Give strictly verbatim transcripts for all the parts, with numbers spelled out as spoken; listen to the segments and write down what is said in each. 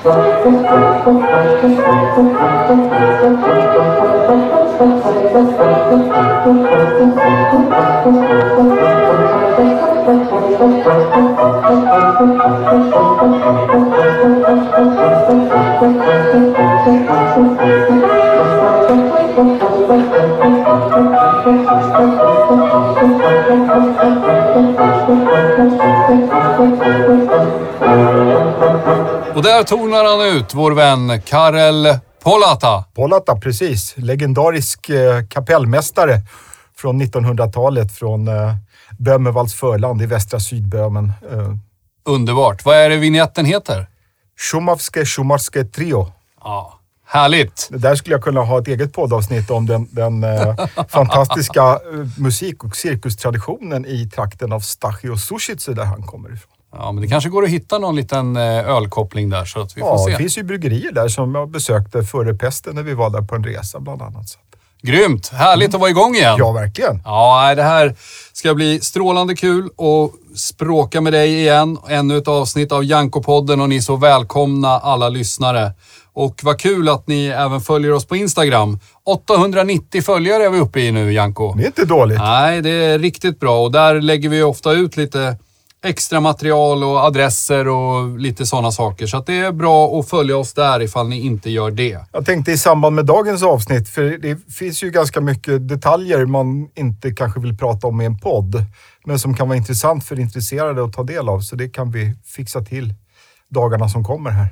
Och där tonar han ut, vår vän Karel Polata. Polata, precis. Legendarisk eh, kapellmästare från nittonhundratalet från eh, Böhmervalds förland i västra Sydböhmen. Eh. Underbart. Vad är det vignetten heter? Schumavske Schumarske Trio. Ja, härligt. Där skulle jag kunna ha ett eget poddavsnitt om den, den eh, fantastiska eh, musik- och cirkustraditionen i trakten av Stachio Sushice där han kommer ifrån. Ja, men det kanske går att hitta någon liten ölkoppling där så att vi får ja, se. Det finns ju bryggerier där som jag besökte före pesten när vi var där på en resa bland annat. Så. Grymt! Härligt mm. att vara igång igen. Ja, verkligen. Ja, det här ska bli strålande kul och språka med dig igen. Ännu ett avsnitt av Janko-podden och ni är så välkomna alla lyssnare. Och vad kul att ni även följer oss på Instagram. åttahundranittio följare är vi uppe i nu, Janko. Det är inte dåligt. Nej, det är riktigt bra och där lägger vi ofta ut lite extra material och adresser och lite sådana saker. Så att det är bra att följa oss där ifall ni inte gör det. Jag tänkte i samband med dagens avsnitt, för det finns ju ganska mycket detaljer man inte kanske vill prata om i en podd, men som kan vara intressant för intresserade att ta del av. Så det kan vi fixa till dagarna som kommer här.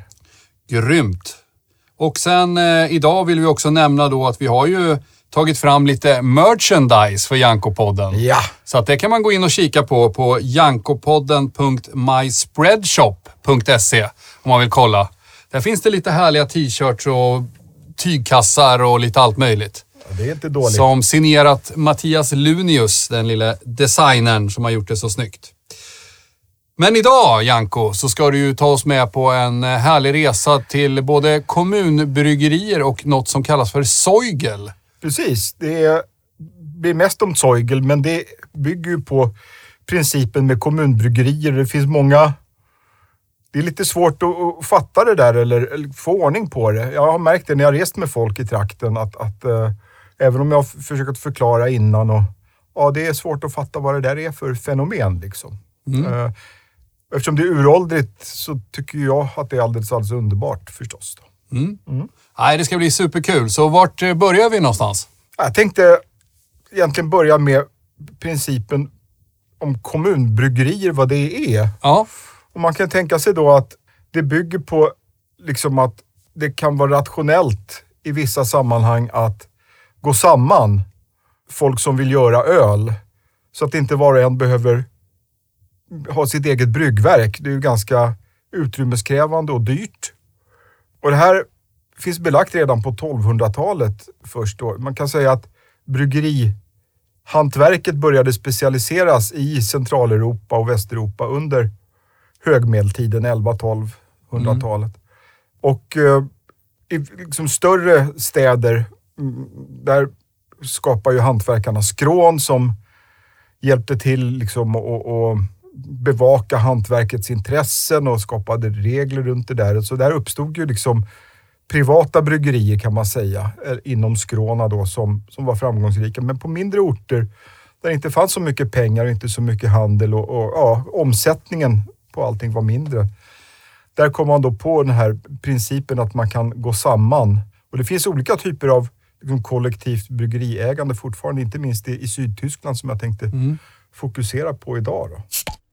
Grymt! Och sen eh, idag vill vi också nämna då att vi har ju tagit fram lite merchandise för Janko-podden. Ja. Så att det kan man gå in och kika på på jankopodden punkt my spreadshop punkt se om man vill kolla. Där finns det lite härliga t-shirts och tygkassar och lite allt möjligt. Ja, det är inte dåligt. Som signerat Mattias Lunius, den lilla designern som har gjort det så snyggt. Men idag, Janko, så ska du ju ta oss med på en härlig resa till både kommunbryggerier och något som kallas för Soigel. Precis, det blir mest om Soigel, men det bygger ju på principen med kommunbryggerier. Det finns många... Det är lite svårt att fatta det där eller, eller få ordning på det. Jag har märkt det när jag rest med folk i trakten att, att äh, även om jag har försökt förklara innan och ja, det är svårt att fatta vad det där är för fenomen liksom. Mm. Äh, eftersom det är uråldrigt så tycker jag att det är alldeles, alldeles underbart förstås då. Mm. Mm. Nej, det ska bli superkul. Så vart börjar vi någonstans? Jag tänkte egentligen börja med principen om kommunbryggerier, vad det är. Ja. Och man kan tänka sig då att det bygger på liksom att det kan vara rationellt i vissa sammanhang att gå samman folk som vill göra öl. Så att inte var och en behöver ha sitt eget bryggverk. Det är ju ganska utrymmeskrävande och dyrt. Och det här finns belagt redan på tolvhundratalet först då. Man kan säga att bryggerihantverket började specialiseras i Centraleuropa och Västeuropa under högmedeltiden, elva tolv-hundratalet. Mm. Och eh, i liksom större städer, där skapar ju hantverkarna skrån som hjälpte till liksom att bevaka hantverkets intressen och skapade regler runt det där. Så där uppstod ju liksom privata bryggerier kan man säga inom skråna då som, som var framgångsrika. Men på mindre orter där det inte fanns så mycket pengar och inte så mycket handel och, och ja, omsättningen på allting var mindre. Där kom man då på den här principen att man kan gå samman. Och det finns olika typer av liksom, kollektivt bryggeriägande fortfarande, inte minst i, i Sydtyskland som jag tänkte mm. fokusera på idag då.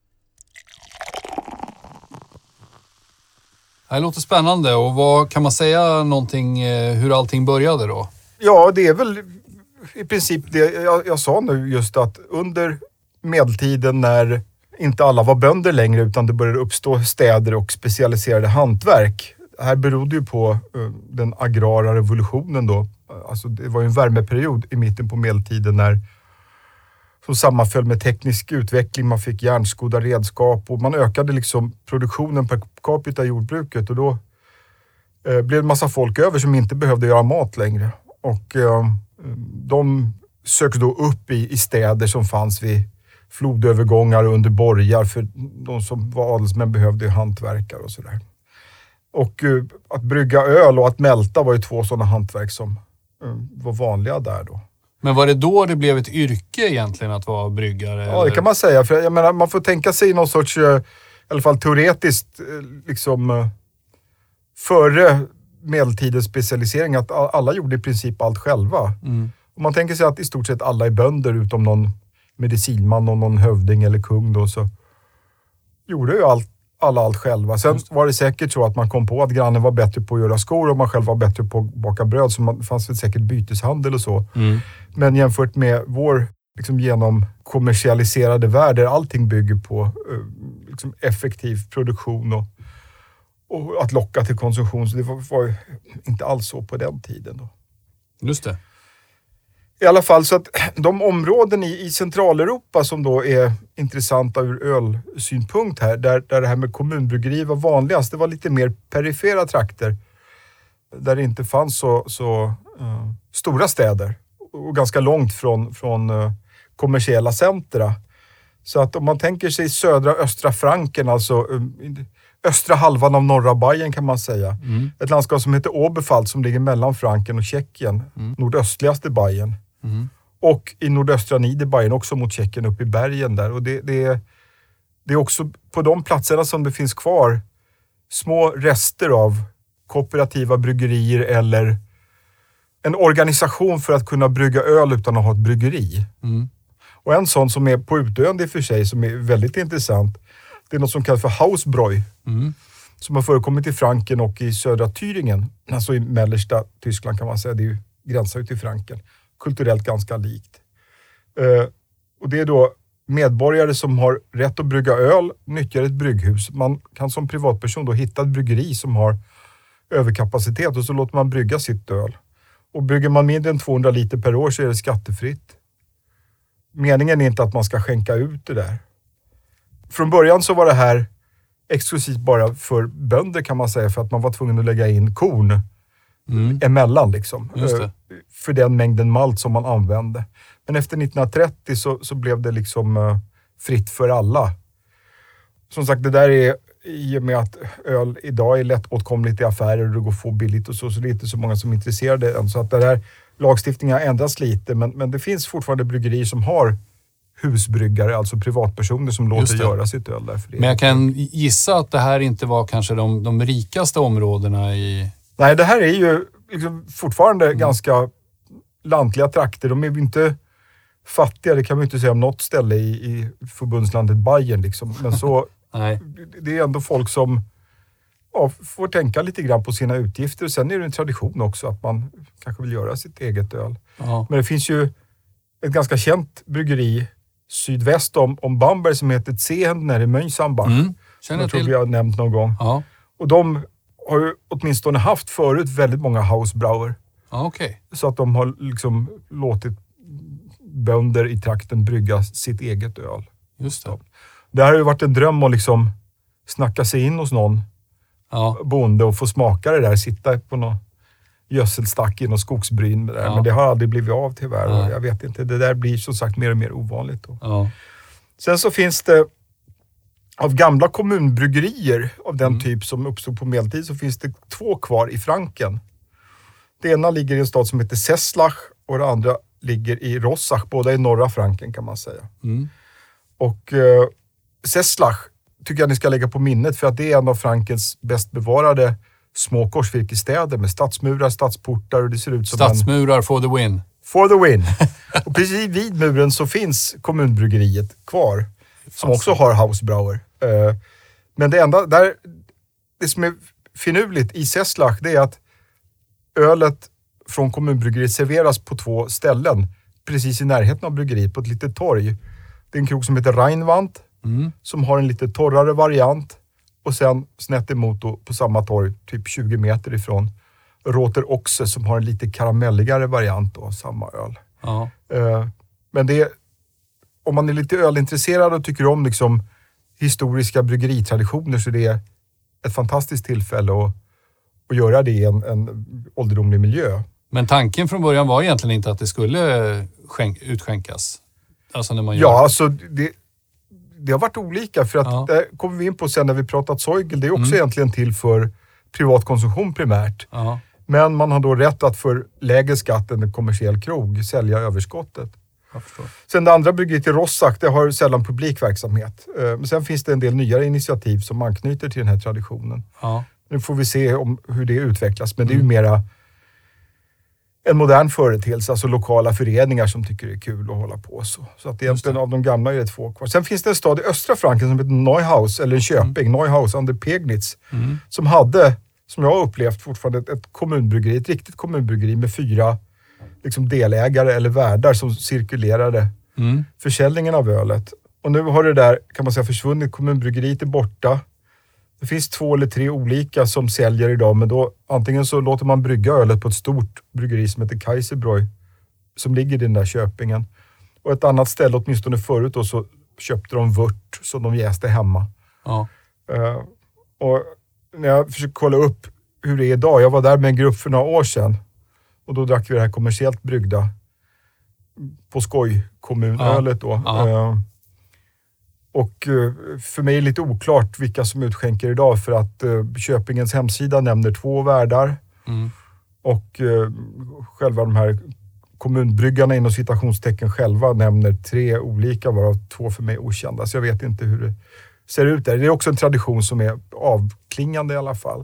Det låter spännande. Och vad kan man säga någonting hur allting började då? Ja, det är väl i princip det jag, jag sa nu just att under medeltiden när inte alla var bönder längre utan det började uppstå städer och specialiserade hantverk. Det här berodde ju på uh, den agrara revolutionen då. Alltså det var ju en värmeperiod i mitten på medeltiden när som sammanföll med teknisk utveckling. Man fick järnskodda redskap och man ökade liksom produktionen per capita i jordbruket och då uh, blev det en massa folk över som inte behövde göra mat längre. Och uh, de sökte då upp i, i städer som fanns vid flodövergångar under borgar för de som var adelsmän behövde ju hantverkare och sådär. Och uh, att brygga öl och att mälta var ju två sådana hantverk som uh, var vanliga där då. Men var det då det blev ett yrke egentligen att vara bryggare? Ja, eller? Det kan man säga. För jag menar, man får tänka sig någon sorts, uh, i alla fall teoretiskt, uh, liksom uh, före medeltidens specialisering, att alla gjorde i princip allt själva. Mm. Om man tänker sig att i stort sett alla är bönder utom någon medicinman och någon hövding eller kung då, så gjorde ju allt, alla allt själva. Sen var det säkert så att man kom på att grannen var bättre på att göra skor och man själv var bättre på att baka bröd, så det fanns väl säkert byteshandel och så. Mm. Men jämfört med vår liksom genom kommersialiserade värld där allting bygger på liksom effektiv produktion och, och att locka till konsumtion, så det var, var ju inte alls så på den tiden då. Just det. I alla fall så att de områden i, i Centraleuropa som då är intressanta ur ölsynpunkt här, där, där det här med kommunbryggeri var vanligast, det var lite mer perifera trakter. Där det inte fanns så, så uh, stora städer och ganska långt från, från uh, kommersiella centra. Så att om man tänker sig södra östra Franken, alltså uh, östra halvan av norra Bayern kan man säga. Mm. Ett landskap som heter Oberpfalz som ligger mellan Franken och Tjeckien, mm. nordöstligaste Bayern. Mm. Och i nordöstra Niederbayern också mot Tjeckien upp i bergen där. Och det, det, är, det är också på de platserna som det finns kvar små rester av kooperativa bryggerier eller en organisation för att kunna brygga öl utan att ha ett bryggeri. Mm. Och en sån som är på utdöende i och för sig som är väldigt intressant, det är något som kallas för Hausbräu. Mm. Som har förekommit i Franken och i södra Thüringen. Alltså i mellersta Tyskland kan man säga. Det är ju gränsar ut till Franken. Kulturellt ganska likt. Uh, och det är då medborgare som har rätt att brygga öl, nyttjar ett brygghus. Man kan som privatperson då hitta ett bryggeri som har överkapacitet och så låter man brygga sitt öl. Och brygger man mindre än tvåhundra liter per år så är det skattefritt. Meningen är inte att man ska skänka ut det där. Från början så var det här exklusivt bara för bönder kan man säga, för att man var tvungen att lägga in korn mm. emellan liksom. Just det. För den mängden malt som man använde. Men efter nittonhundratrettio så, så blev det liksom uh, fritt för alla. Som sagt, det där är i och med att öl idag är lättåtkomligt i affärer och det går att få billigt och så, så det är inte så många som är intresserade än. Så att det där lagstiftningen har ändrats lite, men, men det finns fortfarande bryggerier som har husbryggare, alltså privatpersoner som låter göra sitt öl där. För det. Men jag kan gissa att det här inte var kanske de, de rikaste områdena i... Nej, det här är ju liksom fortfarande mm. ganska lantliga trakter. De är ju inte fattiga, det kan man ju inte säga om något ställe i, i förbundslandet Bayern liksom. Men så, Nej. Det är ändå folk som ja, får tänka lite grann på sina utgifter. Sen är det en tradition också att man kanske vill göra sitt eget öl. Ja. Men det finns ju ett ganska känt bryggeri sydväst om, om Bamberg som heter Zehender i Mönchsambach. Mm. Känner jag tror till. vi har nämnt någon gång. Ja. Och de har ju åtminstone haft förut väldigt många Hausbrauer. Ja, okej. Okay. Så att de har liksom låtit bönder i trakten brygga sitt eget öl. Just det. Det här har ju varit en dröm att liksom snacka sig in hos någon ja. bonde och få smaka det där. Sitta på någon gödselstack i någon skogsbryn. Där. Ja. Men det har aldrig blivit av tyvärr. Ja. Jag vet inte, det där blir som sagt mer och mer ovanligt. Då. Ja. Sen så finns det av gamla kommunbryggerier av den mm. typ som uppstod på medeltid så finns det två kvar i Franken. Det ena ligger i en stad som heter Seslach och det andra ligger i Rossach. Båda i norra Franken kan man säga. Mm. Och eh, Seslach tycker jag ni ska lägga på minnet för att det är en av Frankens bäst bevarade små korsvirkestäder med stadsmurar, stadsportar och det ser ut som stadsmurar en... for the win. For the win. Och precis vid muren så finns kommunbryggeriet kvar som också har Hausbrauer. Eh, men det enda där, det som är finurligt i Seslach det är att ölet från kommunbryggeriet serveras på två ställen precis i närheten av bryggeriet på ett litet torg. Det är en krog som heter Rheinwand mm. som har en lite torrare variant och sen snett emot då, på samma torg typ tjugo meter ifrån Roter Ochse som har en lite karamelligare variant då, samma öl. Ja. Uh, men det är, om man är lite ölintresserad och tycker om liksom historiska bryggeritraditioner så det är ett fantastiskt tillfälle att, att göra det i en, en ålderdomlig miljö. Men tanken från början var egentligen inte att det skulle skänk, utskänkas? Alltså när man gör... Ja, alltså det, det har varit olika för att ja. det kommer vi in på sen när vi pratat Zeugel. Det är också mm. egentligen till för privat konsumtion primärt. Ja. Men man har då rätt att för lägre skatt än en kommersiell krog sälja överskottet. Jag förstår. Sen det andra bryggeriet i Rossack, det har sällan publikverksamhet. Men sen finns det en del nya initiativ som anknyter till den här traditionen. Ja. Nu får vi se om hur det utvecklas, men det är ju mera en modern företeelse, alltså lokala föreningar som tycker det är kul att hålla på så. Så att egentligen av de gamla är det två kvar. Sen finns det en stad i östra Franken som heter Neuhaus, eller en köping, mm. Neuhaus an der Pegnitz, mm. som hade, som jag har upplevt fortfarande, ett, ett kommunbryggeri, ett riktigt kommunbryggeri med fyra liksom delägare eller värdar som cirkulerade mm. försäljningen av ölet. Och nu har det där, kan man säga, försvunnit. Kommunbryggeriet är borta. Det finns två eller tre olika som säljer idag, men då antingen så låter man brygga ölet på ett stort bryggeri som heter Kaiserbräu, som ligger i den där köpingen. Och ett annat ställe, åtminstone förut då, så köpte de vört som de jäste hemma. Ja. Uh, och när jag försökte kolla upp hur det är idag, jag var där med en grupp för några år sedan och då drack vi det här kommersiellt bryggda på skoj kommunölet då. Ja. Uh, Och för mig är det lite oklart vilka som utskänker idag, för att uh, Köpingens hemsida nämner två värdar. Mm. Och uh, själva de här kommunbryggarna inom citationstecken själva nämner tre olika, varav två för mig okända. Så jag vet inte hur det ser ut där. Det är också en tradition som är avklingande i alla fall.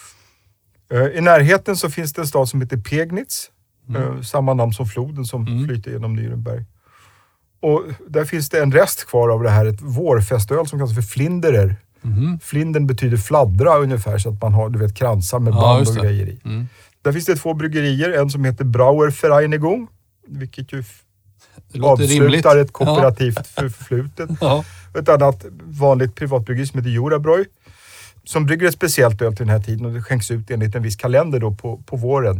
Uh, I närheten så finns det en stad som heter Pegnitz. Mm. Uh, samma namn som floden som mm. flyter genom Nürnberg. Och där finns det en rest kvar av det här, ett vårfestöl som kallas för Flinderer. Mm. Flindern betyder fladdra ungefär, så att man har, du vet, kransar med band ja, och grejer i. Mm. Där finns det två bryggerier, en som heter Brauervereinigung, vilket ju avslutar rimligt. Ett kooperativt ja. förflutet. Ja. Ett annat vanligt privatbryggeri som heter Jurabräu, som brygger ett speciellt öl till den här tiden och det skänks ut enligt en viss kalender då på, på våren.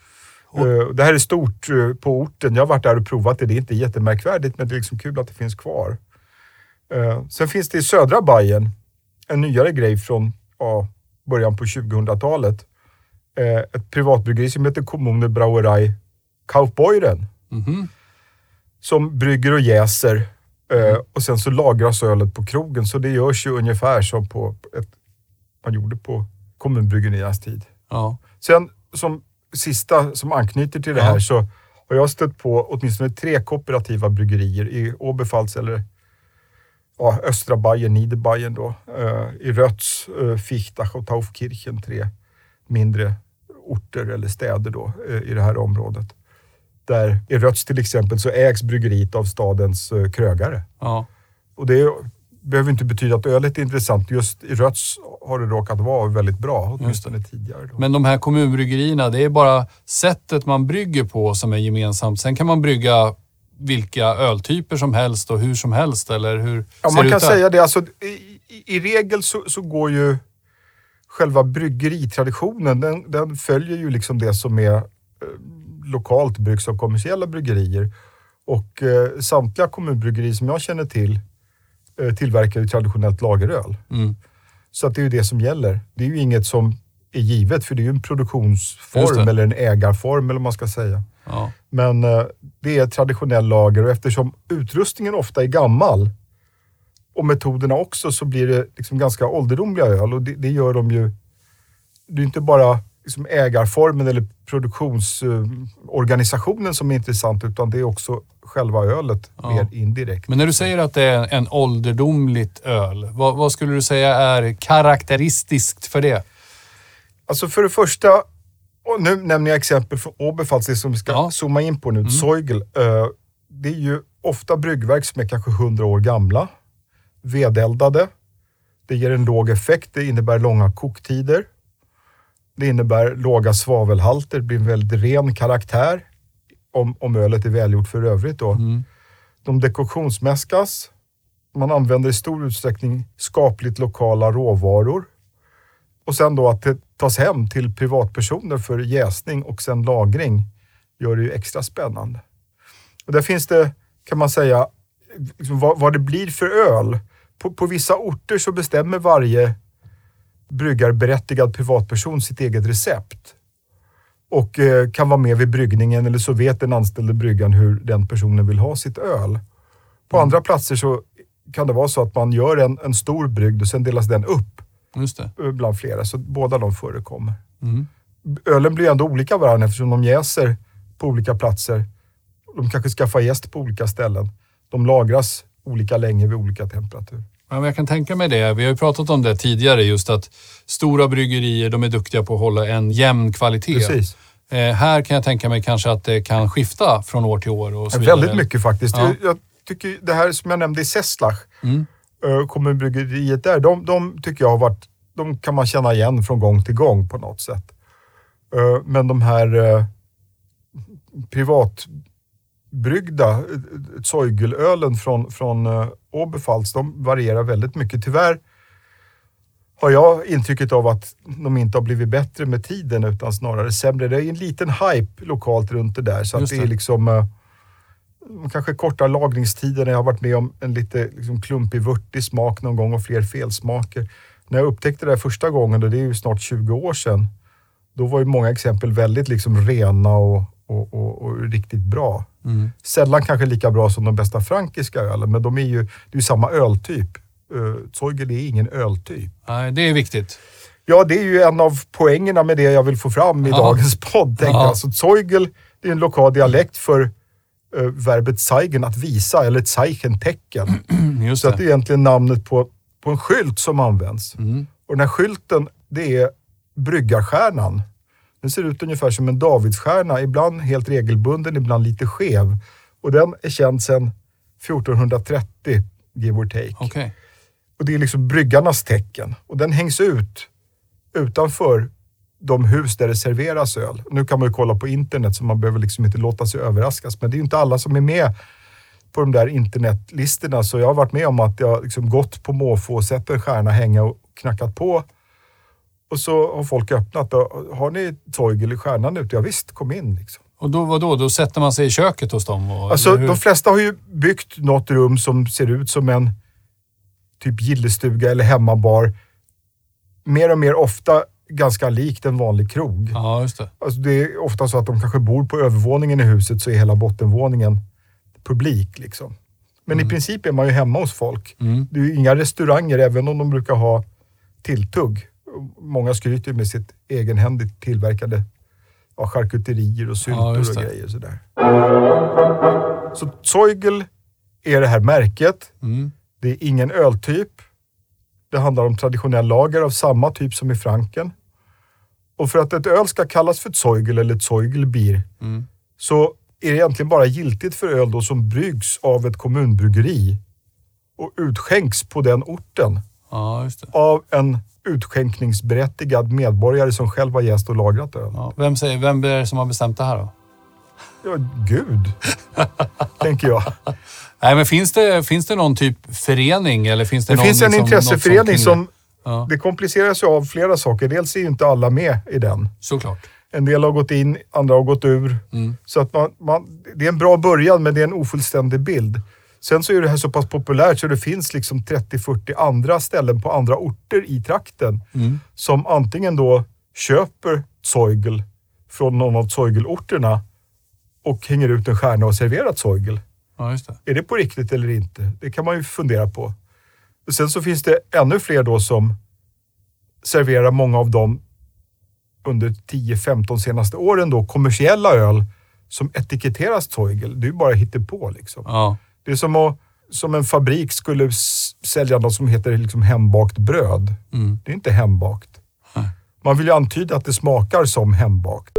Uh, det här är stort uh, på orten. Jag har varit där och provat det. Det är inte jättemärkvärdigt, men det är liksom kul att det finns kvar. Uh, sen finns det i södra Bayern en nyare grej från uh, början på tjugohundratalet. Uh, ett privatbryggeri som heter Kommune Brauerei Kaufbeuren. Mm-hmm. Som brygger och jäser. Uh, mm. Och sen så lagras ölet på krogen. Så det görs ju ungefär som på ett, man gjorde på kommunbryggeriernas tid. Ja. Sen som sista som anknyter till det här, ja. Så har jag stött på åtminstone tre kooperativa bryggerier i Oberpfalz eller ja, östra Bayern, Niederbayern då. Uh, I Rötz, uh, Fichtach och Taufkirchen, tre mindre orter eller städer då uh, i det här området. Där i Rötz till exempel så ägs bryggeriet av stadens uh, krögare. Ja. Och det är, behöver inte betyda att ölet är intressant. Just i Rötz har det råkat vara väldigt bra, åtminstone tidigare. Då. Men de här kommunbryggerierna, det är bara sättet man brygger på som är gemensamt. Sen kan man brygga vilka öltyper som helst och hur som helst, eller hur ja, ser man det kan ut där? säga det. Alltså, i, i regel så, så går ju själva bryggeritraditionen, den, den följer ju liksom det som är eh, lokalt bryggs av kommersiella bryggerier. Och eh, samtliga kommunbryggerier som jag känner till tillverkar ju traditionellt lageröl. Mm. Så att det är ju det som gäller. Det är ju inget som är givet, för det är ju en produktionsform eller en ägarform eller vad man ska säga. Ja. Men uh, det är traditionell lager, och eftersom utrustningen ofta är gammal och metoderna också, så blir det liksom ganska ålderdomliga öl, och det, det gör de ju. Det är inte bara liksom ägarformen eller produktionsorganisationen uh, som är intressant, utan det är också själva ölet ja. mer indirekt. Men när du säger att det är en ålderdomligt öl, vad, vad skulle du säga är karaktäristiskt för det? Alltså för det första, och nu nämner jag exempel från Oberpfalz, det som vi ska ja. zooma in på nu, mm. Zeugl. Det är ju ofta bryggverk som är kanske hundra år gamla, vedeldade. Det ger en låg effekt, det innebär långa koktider. Det innebär låga svavelhalter, det blir en väldigt ren karaktär. Om, om ölet är välgjort för övrigt då. Mm. De dekoktionsmäskas. Man använder i stor utsträckning skapligt lokala råvaror. Och sen då att det tas hem till privatpersoner för jäsning och sen lagring gör det ju extra spännande. Och där finns det, kan man säga, liksom vad, vad det blir för öl. På, på vissa orter så bestämmer varje bryggarberättigad privatperson sitt eget recept. Och eh, kan vara med vid bryggningen, eller så vet den anställde bryggaren hur den personen vill ha sitt öl. På mm. andra platser så kan det vara så att man gör en, en stor brygd och sen delas den upp Just det. Bland flera, så båda de förekommer. Mm. Ölen blir ändå olika varandra eftersom de jäser på olika platser. De kanske skaffar jäst på olika ställen. De lagras olika länge vid olika temperatur. Ja, men jag kan tänka mig det. Vi har ju pratat om det tidigare, just att stora bryggerier, de är duktiga på att hålla en jämn kvalitet. Precis. Eh, här kan jag tänka mig kanske att det kan skifta från år till år. Och så Väldigt vidare. mycket faktiskt. Ja. Jag, jag tycker det här som jag nämnde i Sesslach, Mm. kommunbryggeriet där, de, de tycker jag har varit, de kan man känna igen från gång till gång på något sätt. Uh, men de här uh, privatbryggda Zeugel-ölen från, från uh, Oberpfalz, de varierar väldigt mycket. Tyvärr har jag intrycket av att de inte har blivit bättre med tiden utan snarare sämre. Det är en liten hype lokalt runt det där, så att det. det är liksom uh, kanske korta lagringstider. Jag har varit med om en lite liksom, klumpig, vörtig smak någon gång och fler felsmaker. När jag upptäckte det här första gången, och det är ju snart tjugo år sedan, då var ju många exempel väldigt liksom rena och, och, och, och riktigt bra. Mm. Sällan kanske lika bra som de bästa frankiska ölen, men de är ju, det är ju samma öltyp. Uh, Zeugel är ingen öltyp. Nej, det är viktigt. Ja, det är ju en av poängerna med det jag vill få fram i Ja. dagens podd. Tänker Ja. jag. Så Zeugel, det är en lokal dialekt för uh, verbet zeigen, att visa, eller ett Zeichen-tecken. Just Så det. att det är egentligen namnet på, på en skylt som används. Mm. Och den här skylten, det är bryggarstjärnan. Den ser ut ungefär som en Davidsstjärna, ibland helt regelbunden, ibland lite skev. Och den är känd sedan fjortonhundratrettio, give or take. Okay. Och det är liksom bryggarnas tecken. Och den hängs ut utanför de hus där det serveras öl. Nu kan man ju kolla på internet, så man behöver liksom inte låta sig överraskas. Men det är ju inte alla som är med på de där internetlistorna. Så jag har varit med om att jag liksom gått på måfå och sett en stjärna hänga och knackat på. Och så har folk öppnat. Och, har ni Zeugel i stjärnan ute? Ja visst, kom in liksom. Och då, vadå? Då sätter man sig i köket hos dem? Och, alltså de flesta har ju byggt något rum som ser ut som en typ gillestuga eller hemmabar. Mer och mer ofta ganska likt en vanlig krog. Ja, just det. Alltså det är ofta så att de kanske bor på övervåningen i huset, så är hela bottenvåningen publik liksom. Men mm. i princip är man ju hemma hos folk. Mm. Det är ju inga restauranger, även om de brukar ha tilltugg. Många skryter med sitt egenhändigt tillverkade ja, charkuterier och syltor ja, och grejer sådär. Så Zeugel är det här märket. Mm. Det är ingen öltyp. Det handlar om traditionell lager av samma typ som i Franken. Och för att ett öl ska kallas för Zeugel eller Zeugelbier mm. så är det egentligen bara giltigt för öl då som bryggs av ett kommunbryggeri och utskänks på den orten ja, just det. av en utskänkningsberättigad medborgare som själv har jäst och lagrat öl. Ja, vem, säger, vem är det som har bestämt det här då? Ja, Gud, tänker jag. Nej, men finns det, finns det någon typ förening? Eller finns det det någon, finns en liksom, intresseförening som... Ja. Det kompliceras ju av flera saker. Dels är ju inte alla med i den. Såklart. En del har gått in, andra har gått ur. Mm. Så att man, man, det är en bra början, men det är en ofullständig bild. Sen så är det här så pass populärt så det finns liksom trettio fyrtio andra ställen på andra orter i trakten. Mm. Som antingen då köper Zeugel från någon av Zeugel-orterna och hänger ut en stjärna och serverat Zeugel. Ja, just det. Är det på riktigt eller inte? Det kan man ju fundera på. Sen så finns det ännu fler då som serverar många av dem under tio femton senaste åren då kommersiella öl som etiketteras Zeugel. Det är ju bara hittepå liksom. Ja. Det är som, att, som en fabrik skulle s- sälja något som heter liksom hembakt bröd. Mm. Det är inte hembakt. Nej. Man vill ju antyda att det smakar som hembakt.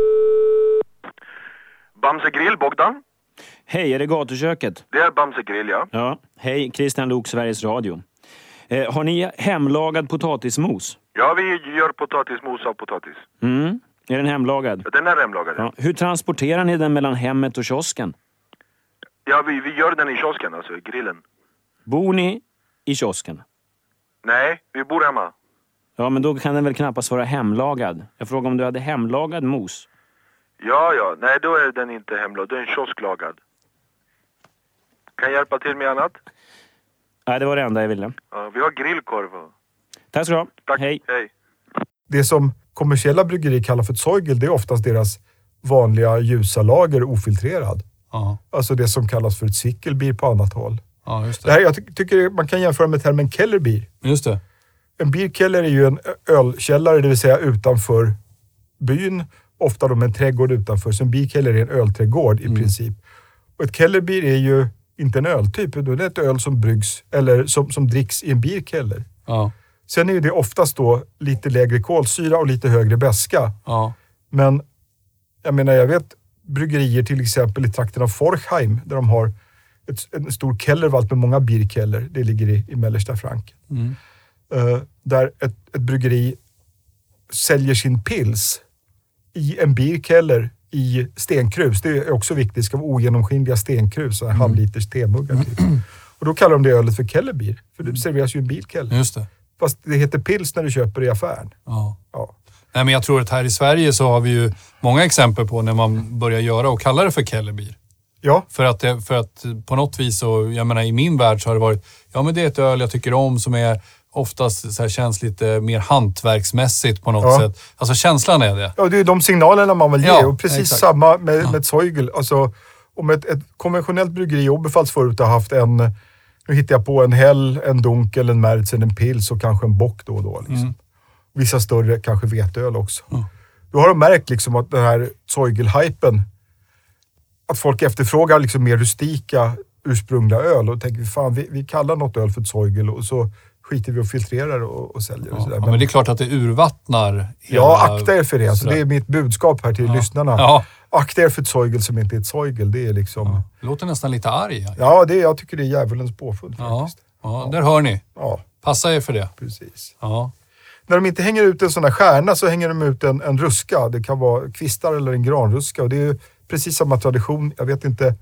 Bamse Grill, Bogdan? Hej, är det gatuköket? Det är Bamse Grill, ja. Ja. Hej, Christian Lok, Sveriges Radio. Eh, har ni hemlagad potatismos? Ja, vi gör potatismos av potatis. Mm. Är den hemlagad? Ja, den är hemlagad. Ja. Hur transporterar ni den mellan hemmet och kiosken? Ja, vi, vi gör den i kiosken, alltså i grillen. Bor ni i kiosken? Nej, vi bor hemma. Ja, men då kan den väl knappast vara hemlagad. Jag frågar om du hade hemlagad mos. Ja, ja. Nej, då är den inte hemlagad. Den är kiosklagad. Kan jag hjälpa till med annat? Nej, det var det enda jag ville. Ja, vi har grillkorv. Tack så du ha. Tack. Hej. Hej. Det som kommersiella bryggerier kallar för Zeugel, det är oftast deras vanliga ljusa lager ofiltrerad. Ja. Alltså det som kallas för ett Zwickelbier på annat håll. Ja, just det. Det här, jag ty- tycker man kan jämföra med termen Kellerbier. Just det. en bierkeller är ju en ölkällare, det vill säga utanför byn. Ofta då med en trädgård utanför. Så en bierkeller är en ölträdgård i mm. princip. Och ett kellerbier är ju inte en öltyp. Det är ett öl som bryggs, eller som, som dricks i en bierkeller. Ja. Sen är det oftast då lite lägre kolsyra och lite högre beska. Ja. Men jag menar, jag vet bryggerier till exempel i trakten av Forchheim, där de har ett, en stor kellervalt med många bierkeller. Det ligger i, i mellersta Franken. Mm. Uh, där ett, ett bryggeri säljer sin pils i en bierkeller i stenkrus. Det är också viktigt. Det ska vara ogenomskinliga stenkrus. Så här mm. halvliters temuggar typ. Och då kallar de det ölet för kellerbier. För det serveras ju en bierkeller. Just det. Fast det heter pils när du köper det i affären. Ja. Ja. Nej, men jag tror att här i Sverige så har vi ju många exempel på när man börjar göra och kalla det för kellerbier. Ja. För att, det, för att på något vis så, jag menar i min värld så har det varit, ja men det är ett öl jag tycker om som är oftast så här, känns lite mer hantverksmässigt på något ja. sätt. Alltså känslan är det. Ja, det är de signalerna man vill ge. Ja, och precis exakt. samma med, ja. med ett Zeugel. Alltså, om ett, ett konventionellt bryggeri Oberpfalz förut har haft en, nu hittar jag på en Hell, en Dunkel, en Märzen, en Pils och kanske en Bock då och då. Liksom. Mm. Vissa större, kanske veteöl också. Mm. Då har de märkt liksom att den här Zeugel-hypen, att folk efterfrågar liksom mer rustika ursprungliga öl och tänker, fan vi, vi kallar något öl för ett Zeugel och så skiter vi och filtrerar och, och säljer. Ja, och sådär. ja, men, men det är klart att det urvattnar hela... Ja, akta er för det. Alltså, det är mitt budskap här till ja. lyssnarna. Ja. Akta er för ett Zeugel som inte är ett Zeugel. Det är liksom... Ja. Det låter nästan lite arg. Ja, ja det, jag tycker det är djävulens påfund ja. faktiskt. Ja, där hör ni. Ja. Passa er för det. Precis. Ja. När de inte hänger ut en sån här stjärna så hänger de ut en, en ruska. Det kan vara kvistar eller en granruska. Och det är ju precis samma tradition. Jag vet inte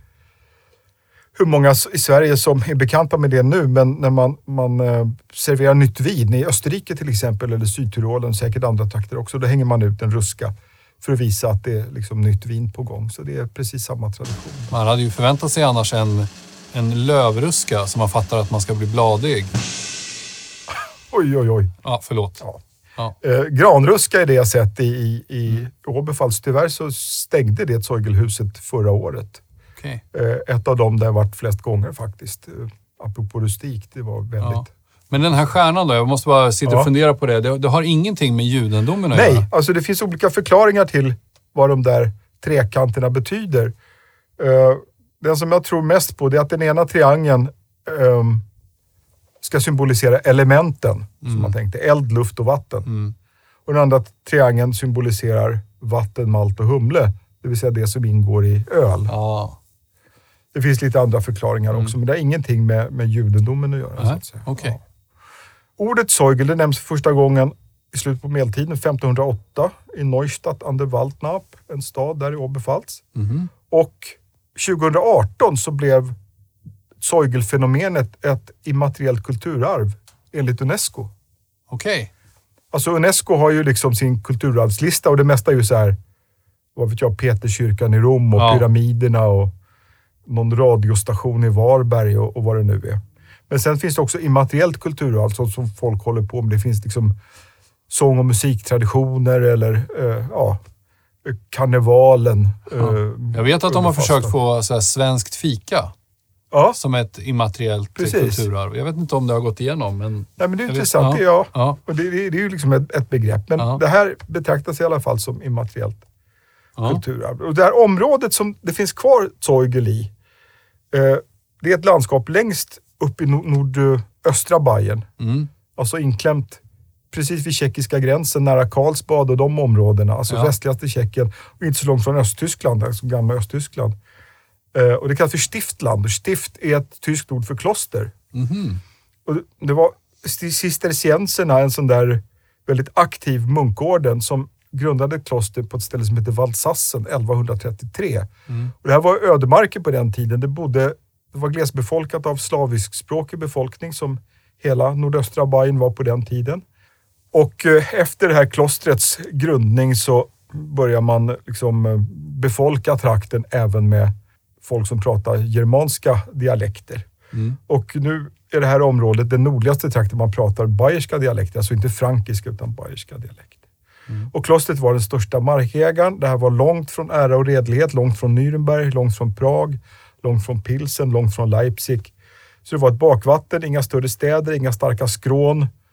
hur många i Sverige som är bekanta med det nu, men när man, man eh, serverar nytt vin i Österrike till exempel, eller Sydtyrolen, säkert andra trakter också, då hänger man ut en ruska för att visa att det är liksom nytt vin på gång. Så det är precis samma tradition. Man hade ju förväntat sig annars en, en lövruska som man fattar att man ska bli bladig. Oj, oj, oj. Ja, förlåt. Ja. Ja. Eh, granruska är det jag sett i, i, i Oberpfalz. Tyvärr så stängde det Zeugelhuset förra året. Okay. Eh, ett av dem där jag varit flest gånger faktiskt. Eh, apropå rustik, det var väldigt... Ja. Men den här stjärnan då, jag måste bara sitta ja. och fundera på det. det. Det har ingenting med judendomen att Nej, göra? alltså det finns olika förklaringar till vad de där trekanterna betyder. Eh, den som jag tror mest på det är att den ena triangeln eh, ska symbolisera elementen, mm. som man tänkte. Eld, luft och vatten. Mm. Och den andra triangeln symboliserar vatten, malt och humle. Det vill säga det som ingår i öl. Ja. Det finns lite andra förklaringar mm. också, men det har ingenting med, med judendomen att göra. Så att säga. Okay. Ja. Ordet Zeugel, det nämns för första gången i slutet på medeltiden, femtonhundraåtta, i Neustadt an der Waldnap, en stad där i Oberpfalz. Mm. Och tjugohundraarton så blev Zeugel-fenomenet ett immateriellt kulturarv enligt UNESCO. Okej. Okay. Alltså UNESCO har ju liksom sin kulturarvslista och det mesta är ju så här, vad vet jag, Peterskyrkan i Rom och ja. pyramiderna och någon radiostation i Varberg och, och vad det nu är. Men sen finns det också immateriellt kulturarv som, som folk håller på med. Det finns liksom sång- och musiktraditioner eller eh, ja, karnevalen. Ja. Eh, jag vet att de har försökt få så här, svenskt fika. Ja. Som ett immateriellt Precis. kulturarv. Jag vet inte om det har gått igenom. Men Nej, men det är intressant. Vet, ja. Ja. Och det, det, det är ju liksom ett, ett begrepp. Men ja. det här betraktas i alla fall som immateriellt ja. kulturarv. Och det här området som det finns kvar Zeugel i, eh, det är ett landskap längst upp i nordöstra Bayern. Mm. Alltså inklämt precis vid tjeckiska gränsen, nära Karlsbad och de områdena. Alltså ja. västligaste Tjeckien. Och inte så långt från Östtyskland, alltså gamla Östtyskland. Uh, och det kallas för Stiftland. Och stift är ett tyskt ord för kloster. Mm-hmm. Och det, det var cistercienserna, en sån där väldigt aktiv munkorden som grundade ett kloster på ett ställe som heter Waldsassen elvahundratrettiotre. Mm. Och det här var ödemarker på den tiden. Det, bodde, det var glesbefolkat av slaviskspråkig befolkning som hela nordöstra Bayern var på den tiden. Och uh, efter det här klostrets grundning så börjar man liksom uh, befolka trakten även med folk som pratar germanska dialekter. Mm. Och nu är det här området den nordligaste trakten man pratar bayerska dialekter, alltså inte frankiska utan bayerska dialekter. Mm. Och klostret var den största markägaren. Det här var långt från ära och redlighet, långt från Nürnberg, långt från Prag, långt från Pilsen, långt från Leipzig. Så det var ett bakvatten, inga större städer, inga starka skrån.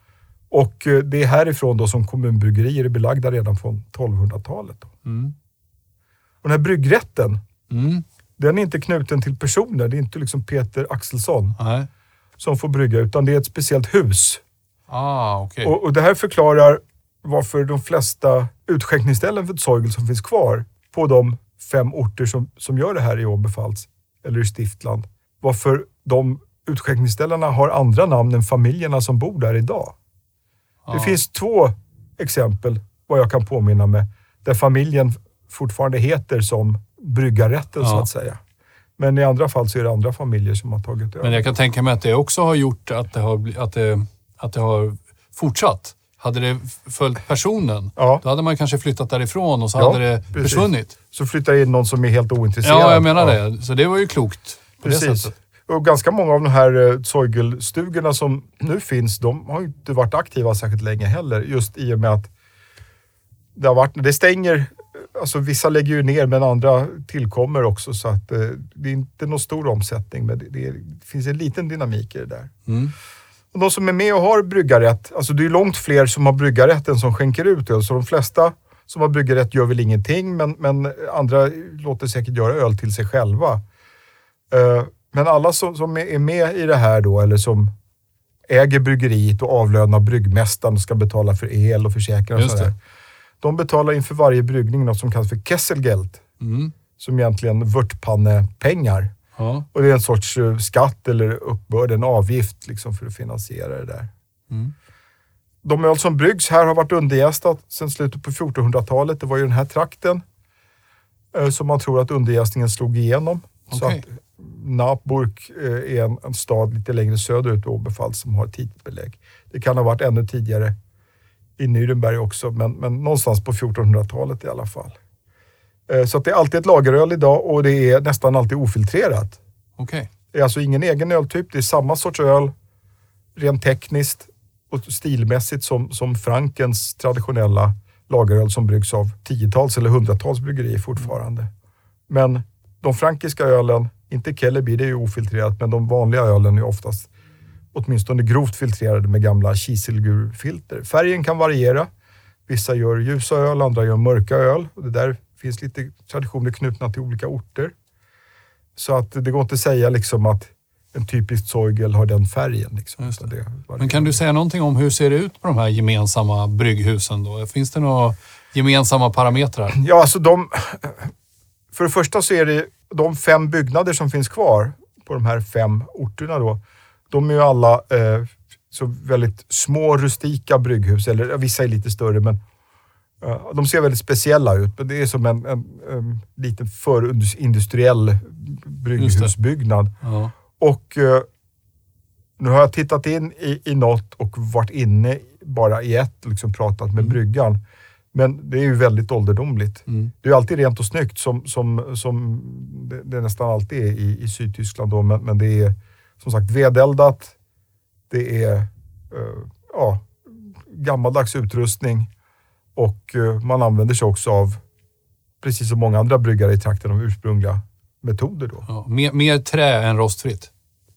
Och eh, det är härifrån då som kommunbryggerier är belagda redan från tolvhundratalet. Då. Mm. Och den här bryggrätten, Mm. den är inte knuten till personer. Det är inte liksom Peter Axelsson Nej. som får brygga, utan det är ett speciellt hus. Ah, okej. Och, och det här förklarar varför de flesta utskänkningsställen för Zeugel som finns kvar på de fem orter som, som gör det här i Oberpfalz eller i Stiftland. Varför de utskänkningsställena har andra namn än familjerna som bor där idag. Ah. Det finns två exempel, vad jag kan påminna mig, där familjen fortfarande heter som bryggarrätten Ja. så att säga. Men i andra fall så är det andra familjer som har tagit över. Men jag kan tänka mig att det också har gjort att det har, bli- att det, att det har fortsatt. Hade det följt personen, Ja. då hade man kanske flyttat därifrån och så Ja, hade det precis. försvunnit. Så flyttar in någon som är helt ointresserad. Ja, jag menar Ja. det. Så det var ju klokt på det Precis. sättet. Och ganska många av de här eh, Zeugel-stugorna som nu finns, de har ju inte varit aktiva särskilt länge heller. Just i och med att det har varit, det stänger, alltså vissa lägger ju ner men andra tillkommer också. Så att eh, det är inte någon stor omsättning, men det, det, är, det finns en liten dynamik i det där. Mm. Och de som är med och har bryggarrätt, alltså det är långt fler som har bryggarrätt än som skänker ut öl. Så de flesta som har bryggarrätt gör väl ingenting, men, men andra låter säkert göra öl till sig själva. Uh, men alla som, som är med i det här då, eller som äger bryggeriet och avlönar bryggmästaren och ska betala för el och försäkringar och Just sådär. det. De betalar inför varje bryggning något som kallas för Kesselgeld, Mm. som egentligen vörtpannepengar. Ja. Och det är en sorts eh, skatt eller uppbörd, en avgift liksom för att finansiera det där. Mm. De öl som bryggs här har varit underjästat sedan slutet på fjortonhundratalet. Det var ju den här trakten eh, som man tror att underjästningen slog igenom. Så Okej. att Naburg eh, är en, en stad lite längre söderut i Oberpfalz som har tidigt belägg. Det kan ha varit ännu tidigare i Nürnberg också, men, men någonstans på fjortonhundratalet i alla fall. Eh, så att det är alltid ett lageröl idag och det är nästan alltid ofiltrerat. Okej. Det är alltså ingen egen öltyp, det är samma sorts öl rent tekniskt och stilmässigt som, som Frankens traditionella lageröl som bryggs av tiotals eller hundratals bryggerier fortfarande. Men de frankiska ölen, inte Kellerby, det är ju ofiltrerat, men de vanliga ölen är oftast åtminstone grovt filtrerade med gamla kiselgurfilter. Färgen kan variera. Vissa gör ljusa öl, andra gör mörka öl. Och det där finns lite traditioner knutna till olika orter. Så att det går inte att säga liksom att en typisk Zeugel har den färgen. Liksom. Just det. Det Men kan du säga någonting om hur ser det ut på de här gemensamma brygghusen då? Finns det några gemensamma parametrar? Ja, alltså de... För det första så är det de fem byggnader som finns kvar på de här fem orterna då. De är ju alla eh, så väldigt små rustika brygghus. Eller vissa är lite större, men eh, de ser väldigt speciella ut. Men det är som en, en, en liten förindustriell brygghusbyggnad. Ja. Och eh, nu har jag tittat in i, i något och varit inne bara i ett, liksom pratat med Mm. bryggan. Men det är ju väldigt ålderdomligt. Mm. Det är ju alltid rent och snyggt som, som, som det, det nästan alltid är i, i Sydtyskland då. Men, men det är som sagt vedeldat. Det är eh, ja, gammaldags utrustning. Och eh, man använder sig också av, precis som många andra bryggare i trakten, av ursprungliga metoder då. Ja. Mer, mer trä än rostfritt.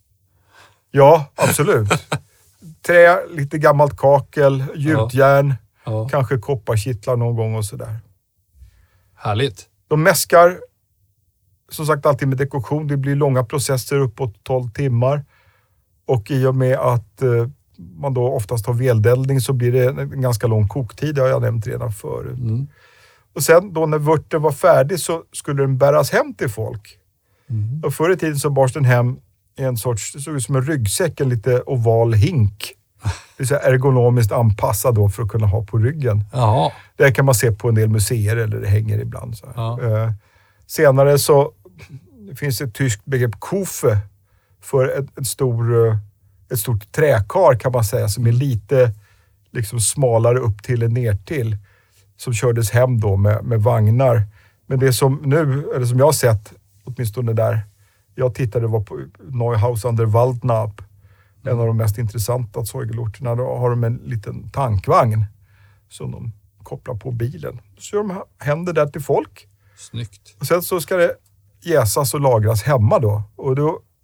Ja, absolut. Trä, lite gammalt kakel, gjutjärn, Ja. kanske kopparkittlar någon gång och sådär. Härligt. De mäskar, som sagt, alltid med dekoktion. Det blir långa processer uppåt tolv timmar. Och i och med att eh, man då oftast har vedeldning så blir det en ganska lång koktid. Det har jag nämnt redan förut. Mm. Och sen då när vörten var färdig så skulle den bäras hem till folk. Mm. Och förr i tiden så bars den hem i en sorts, det såg ut som en ryggsäck, en lite oval hink. Det är så här ergonomiskt anpassad då för att kunna ha på ryggen. Jaha. Det kan man se på en del museer eller det hänger ibland. Så här. Ja. Eh, senare så finns ett tyskt begrepp Kufe för ett, ett, stor, eh, ett stort träkar kan man säga som är lite liksom smalare upp till än ner till. Som kördes hem då med, med vagnar. Men det som nu, eller som jag har sett, åtminstone där jag tittade var på Neuhaus an der Waldnab. En av de mest intressanta Zeugelorterna. Då har de en liten tankvagn som de kopplar på bilen. Så gör de händer där till folk. Snyggt. Och sen så ska det jäsas och lagras hemma då. Och då Det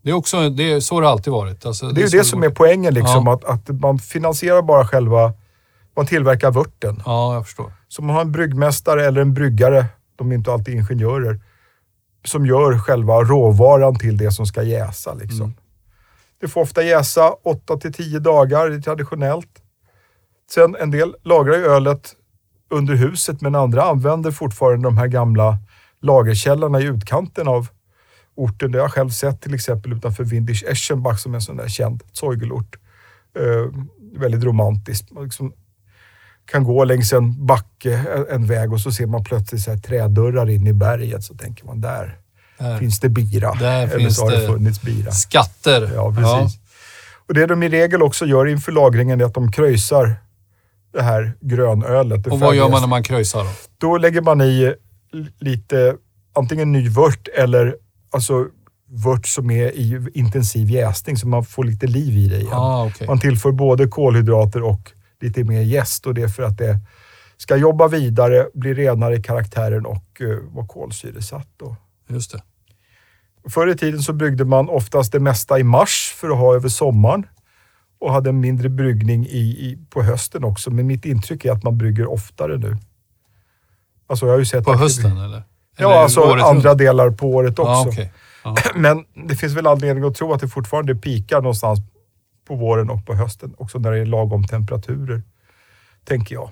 Det är också, det är så det alltid varit. Alltså, det, det är är ju det som är poängen liksom, ja. att, att man finansierar bara själva, man tillverkar vörten. Ja, jag förstår. Så man har en bryggmästare eller en bryggare, de är inte alltid ingenjörer, som gör själva råvaran till det som ska jäsa liksom. Mm. Det får ofta jäsa åtta till tio dagar, det är traditionellt. Sen en del lagrar ju ölet under huset, men andra använder fortfarande de här gamla lagerkällarna i utkanten av orten. Det har jag själv sett till exempel utanför Windisch-Eschenbach som är en sån där känd Zeugelort. Eh, väldigt romantiskt. Man liksom kan gå längs en backe, en väg, och så ser man plötsligt så här trädörrar in i berget, så tänker man där, där. finns det bira. Där Eller finns så har det det funnits bira. Skatter. Ja, precis. Ja. Och det de i regel också gör inför lagringen är att de kröjsar det här grönölet. Det och vad gör man när man kröjsar då? Då lägger man i lite, antingen ny vört eller alltså vört som är i intensiv jäsning, så man får lite liv i det igen. Ah, okay. Man tillför både kolhydrater och lite mer jäst, och det är för att det ska jobba vidare, bli renare i karaktären och uh, vara kolsyresatt då. Just det. Förr i tiden så bryggde man oftast det mesta i mars för att ha över sommaren, och hade en mindre bryggning i, i, på hösten också. Men mitt intryck är att man brygger oftare nu. Alltså jag har ju sett på att hösten det, eller? Ja, eller alltså andra runt? Delar på året också. Ah, okay. ah. Men det finns väl anledning att tro att det fortfarande pikar någonstans på våren och på hösten. Också när det är lagom temperaturer, tänker jag.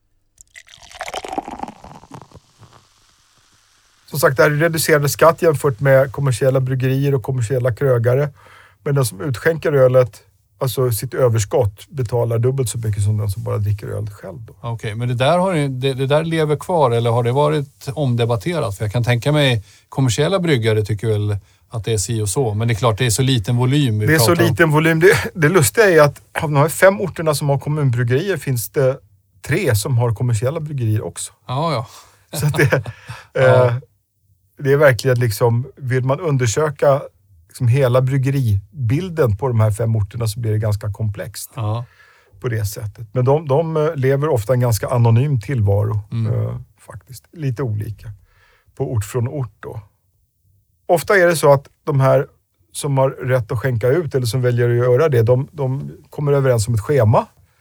Som sagt, det här är reducerade skatt jämfört med kommersiella bryggerier och kommersiella krögare. Men den som utskänker ölet, alltså sitt överskott, betalar dubbelt så mycket som den som bara dricker öl själv. Okej, okay, men det där, har, det, det där lever kvar, eller har det varit omdebatterat? För jag kan tänka mig, kommersiella bryggare tycker väl att det är si och så. Men det är klart, det är så liten volym. Det är så liten om. volym. Det, det lustiga är att av de här fem orterna som har kommunbryggerier finns det tre som har kommersiella bryggerier också. Ja, ja. Så att det, ja. eh, det är verkligen liksom, vill man undersöka liksom hela bryggeribilden på de här fem orterna, så blir det ganska komplext ja. på det sättet. Men de, de lever ofta en ganska anonym tillvaro mm. eh, faktiskt. Lite olika på ort från ort då. Ofta är det så att de här som har rätt att skänka ut eller som väljer att göra det, de, de kommer överens om ett schema.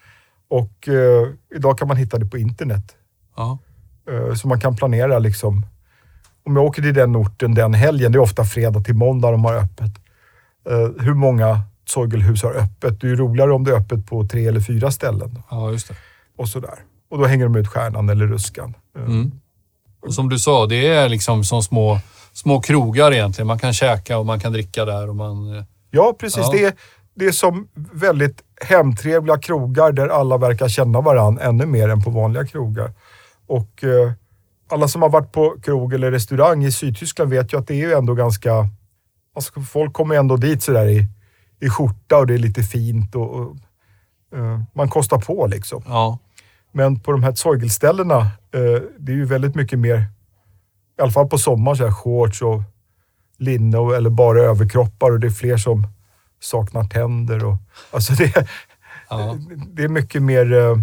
Och eh, idag kan man hitta det på internet. Ja. Eh, så man kan planera liksom, om jag åker till den orten den helgen, det är ofta fredag till måndag de har öppet. Eh, hur många Zeugelhus har öppet? Det är ju roligare om det är öppet på tre eller fyra ställen. Ja, just det. Och sådär. Och då hänger de ut stjärnan eller ruskan. Eh. Mm. Och som du sa, det är liksom som små, små krogar egentligen. Man kan käka och man kan dricka där. Och man, ja, precis. Ja. Det, är, det är som väldigt hemtrevliga krogar där alla verkar känna varann ännu mer än på vanliga krogar. Och eh, alla som har varit på krog eller restaurang i Sydtyskland vet ju att det är ju ändå ganska... Alltså folk kommer ändå dit sådär i, i skjorta och det är lite fint och, och eh, man kostar på liksom. Ja. Men på de här Zeugelställena, eh, det är ju väldigt mycket mer, i alla fall på sommaren, så här shorts och linne och, eller bara överkroppar, och det är fler som saknar tänder. Och, alltså det, ja. det är mycket mer, eh,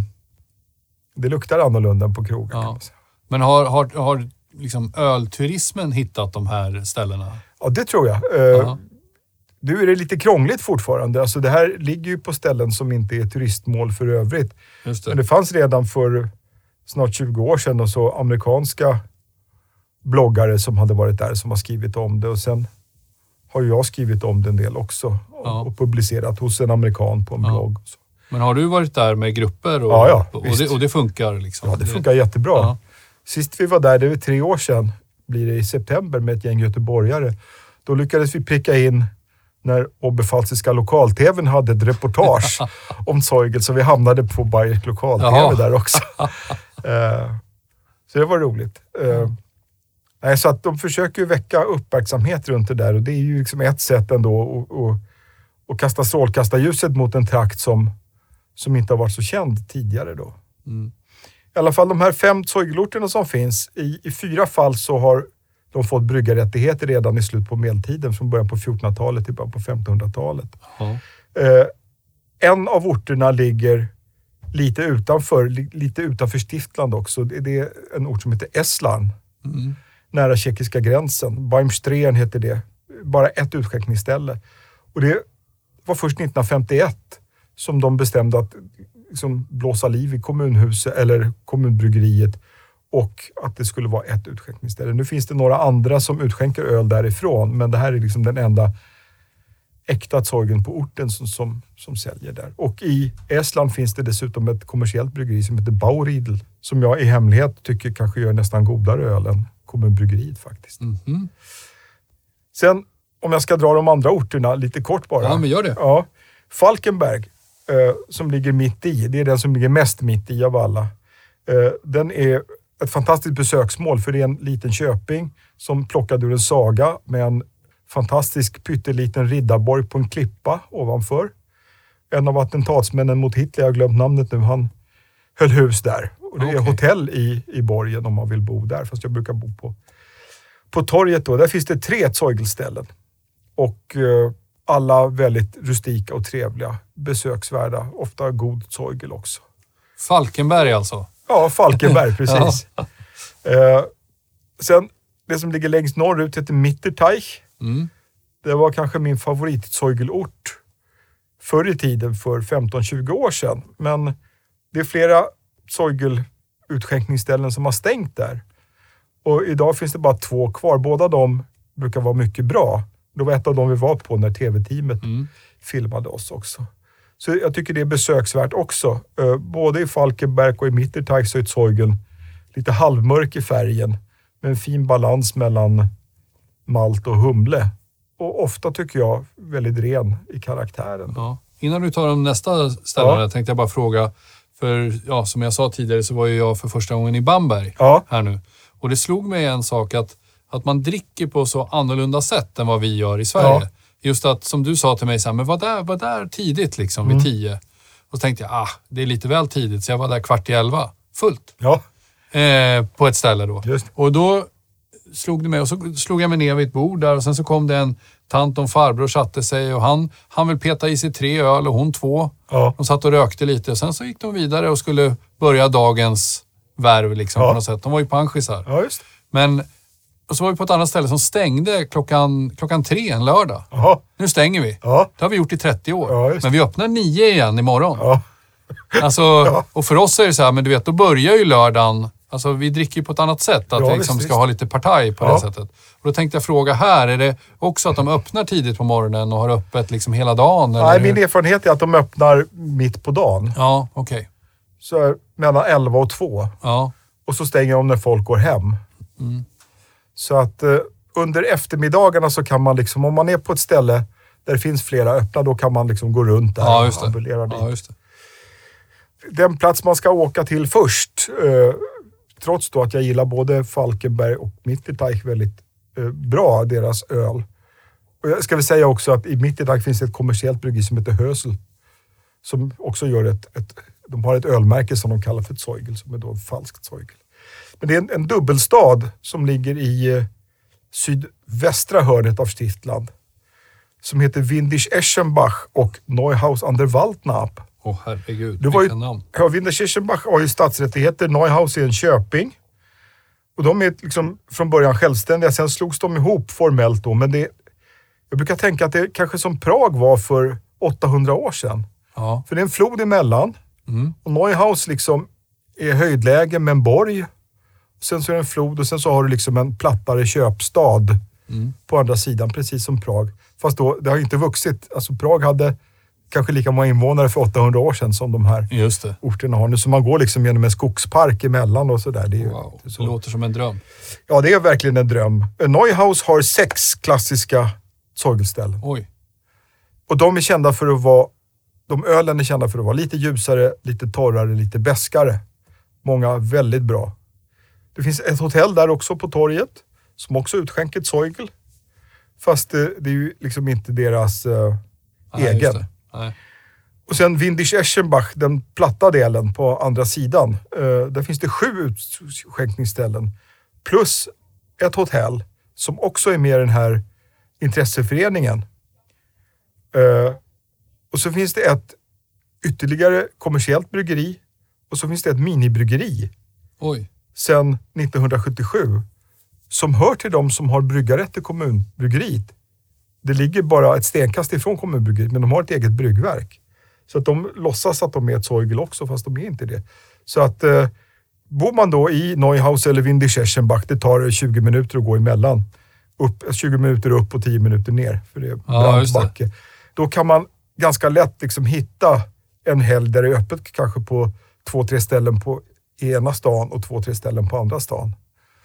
det luktar annorlunda än på krogen ja. kan man säga. Men har, har, har liksom ölturismen hittat de här ställena? Ja, det tror jag. Eh, nu är det lite krångligt fortfarande. Alltså det här ligger ju på ställen som inte är turistmål för övrigt. Just det. Men det fanns redan för snart tjugo år sedan och så amerikanska bloggare som hade varit där som har skrivit om det. Och sen har jag skrivit om det en del också. Ja. Och publicerat hos en amerikan på en ja. blogg. Och så. Men har du varit där med grupper? Och, ja, ja, och, det, och det funkar liksom? Ja, det funkar jättebra. Ja. Sist vi var där, det var tre år sedan, blir det i september med ett gäng göteborgare. Då lyckades vi pricka in när Oberpfalziska lokal-tvn hade ett reportage om Zeugel, så vi hamnade på Bayersk lokal-tv där också. uh, så det var roligt. Uh, nej, så att de försöker ju väcka uppmärksamhet runt det där, och det är ju liksom ett sätt ändå att, att, att kasta strålkastarljuset mot en trakt som, som inte har varit så känd tidigare då. Mm. I alla fall de här fem Zeugelorterna som finns, i, i fyra fall så har de fått bryggarrättigheter redan i slut på medeltiden, från början på fjortonhundratalet till början på femtonhundratalet. Ja. Eh, en av orterna ligger lite utanför, li, lite utanför Stiftland också. Det, det är en ort som heter Eslarn, Mm. nära tjeckiska gränsen. Beimstrehen heter det bara ett utskänkningsställe. Och det var först nittonhundrafemtioett som de bestämde att liksom blåsa liv i kommunhuset eller kommunbryggeriet och att det skulle vara ett utskänkningsställe. Nu finns det några andra som utskänker öl därifrån, men det här är liksom den enda äkta Zeugen på orten som, som, som säljer där. Och i Estland finns det dessutom ett kommersiellt bryggeri som heter Bauridl, som jag i hemlighet tycker kanske gör nästan godare öl än kommunbryggeriet faktiskt. Mm-hmm. Sen, om jag ska dra de andra orterna lite kort bara. Ja, men gör det. Ja. Falkenberg, eh, som ligger mitt i, det är den som ligger mest mitt i av alla. Eh, den är ett fantastiskt besöksmål, för det är en liten köping som plockade ur en saga med en fantastisk pytteliten riddarborg på en klippa ovanför. En av attentatsmännen mot Hitler, jag har glömt namnet nu, han höll hus där. Och det är Okay. hotell i, i borgen om man vill bo där, fast jag brukar bo på, på torget då. Där finns det tre Zeugelställen. Och eh, alla väldigt rustika och trevliga, besöksvärda, ofta god Zeugel också. Falkenberg alltså? Ja, Falkenberg, precis. eh, sen, det som ligger längst norrut heter Mitterteich. Mm. Det var kanske min favorit-Zeugelort förr i tiden, för femton tjugo år sedan. Men det är flera Zeugel-utskänkningsställen som har stängt där. Och idag finns det bara två kvar. Båda de brukar vara mycket bra. Det var ett av dem vi var på när tv-teamet Mm. filmade oss också. Så jag tycker det är besöksvärt också. Uh, både i Falkenberg och i Mitterteich så är Zeugeln lite halvmörk i färgen. Med en fin balans mellan malt och humle. Och ofta tycker jag väldigt ren i karaktären. Ja. Innan du tar de nästa ställena Ja. tänkte jag bara fråga. För ja, som jag sa tidigare så var ju jag för första gången i Bamberg Ja. här nu. Och det slog mig en sak att, att man dricker på så annorlunda sätt än vad vi gör i Sverige. Ja. Just att, som du sa till mig, så här, men var där, var där tidigt liksom, vid Mm. tio. Och så tänkte jag, ah, det är lite väl tidigt. Så jag var där kvart i elva, fullt. Ja, Eh, på ett ställe då. just. Och då slog det mig, och så slog jag mig ner vid ett bord där och sen så kom det en tant och en farbror satte sig och han, han vill peta i sig tre öl och hon två. Ja. De satt och rökte lite och sen så gick de vidare och skulle börja dagens värv liksom Ja. på något sätt. De var ju panschisar. Ja, just. Men och så var vi på ett annat ställe som stängde klockan, klockan tre en lördag. Jaha. Nu stänger vi. Ja. Det har vi gjort i trettio år. Ja, just. Men vi öppnar nio igen imorgon. Ja. Alltså, och för oss är det så här, men du vet, då börjar ju lördagen. Alltså vi dricker ju på ett annat sätt. Att Ja, vi liksom visst, ska visst. ha lite partaj på Ja. det sättet. Och då tänkte jag fråga här, är det också att de öppnar tidigt på morgonen och har öppet liksom hela dagen? Eller? Nej, min erfarenhet är att de öppnar mitt på dagen. Ja, okej. Så är mellan elva och två. Ja. Och så stänger de när folk går hem. Mm. Så att eh, under eftermiddagarna så kan man liksom, om man är på ett ställe där det finns flera öppna, då kan man liksom gå runt där Ja, just och det. ambulera dit. Ja, just det. Den plats man ska åka till först, eh, trots då att jag gillar både Falkenberg och Mitterteich väldigt eh, bra, deras öl. Och jag ska väl säga också att i Mitterteich finns ett kommersiellt bryggeri som heter Hösel. Som också gör ett, ett, de har ett ölmärke som de kallar för ett Zeugel, som är då falskt Zeugel. Men det är en, en dubbelstad som ligger i eh, sydvästra hörnet av Stiftland. Som heter Windisch-Eschenbach och Neuhaus an der Waldnap. Åh herregud, Det var ju, vilka namn. ja, Windisch-Eschenbach har ju stadsrättigheter. Neuhaus är en köping. Och de är liksom från början självständiga. Sen slogs de ihop formellt då. Men det, jag brukar tänka att det kanske som Prag var för åttahundra år sedan. Ja. För det är en flod emellan. Mm. Och Neuhaus liksom är höjdläge med en borg. Sen så är det en flod och sen så har du liksom en plattare köpstad Mm. på andra sidan, precis som Prag. Fast då, det har inte vuxit. Alltså Prag hade kanske lika många invånare för åttahundra år sedan som de här Just det. orterna har nu. Så man går liksom genom en skogspark emellan och sådär. Det är ju Wow, så. det låter som en dröm. Ja, det är verkligen en dröm. Neuhaus har sex klassiska Zeugelställen. Oj. Och de är kända för att vara, de ölen är kända för att vara lite ljusare, lite torrare, lite bäskare. Många väldigt bra. Det finns ett hotell där också på torget som också utskänker ett Zeugel. Fast det, det är ju liksom inte deras uh, Nej, just egen. det. Nej. Och sen Windisch-Eschenbach, den platta delen på andra sidan. Uh, där finns det sju utskänkningsställen. Plus ett hotell som också är med i den här intresseföreningen. Uh, och så finns det ett ytterligare kommersiellt bryggeri. Och så finns det ett minibryggeri Oj. sedan nittonhundrasjuttiosju. Som hör till de som har bryggarrätt i kommunbryggeriet det ligger bara ett stenkast ifrån kommunbryggeriet, men de har ett eget bryggverk. Så att de låtsas att de är ett Zeugel också, fast de är inte det. Så att eh, bor man då i Neuhaus eller Windischeschenbach, det tar tjugo minuter att gå emellan. Upp, tjugo minuter upp och tio minuter ner, för det är brant backe. Då kan man ganska lätt liksom hitta en helg där det är öppet kanske på två, tre ställen på ena stan och två, tre ställen på andra stan.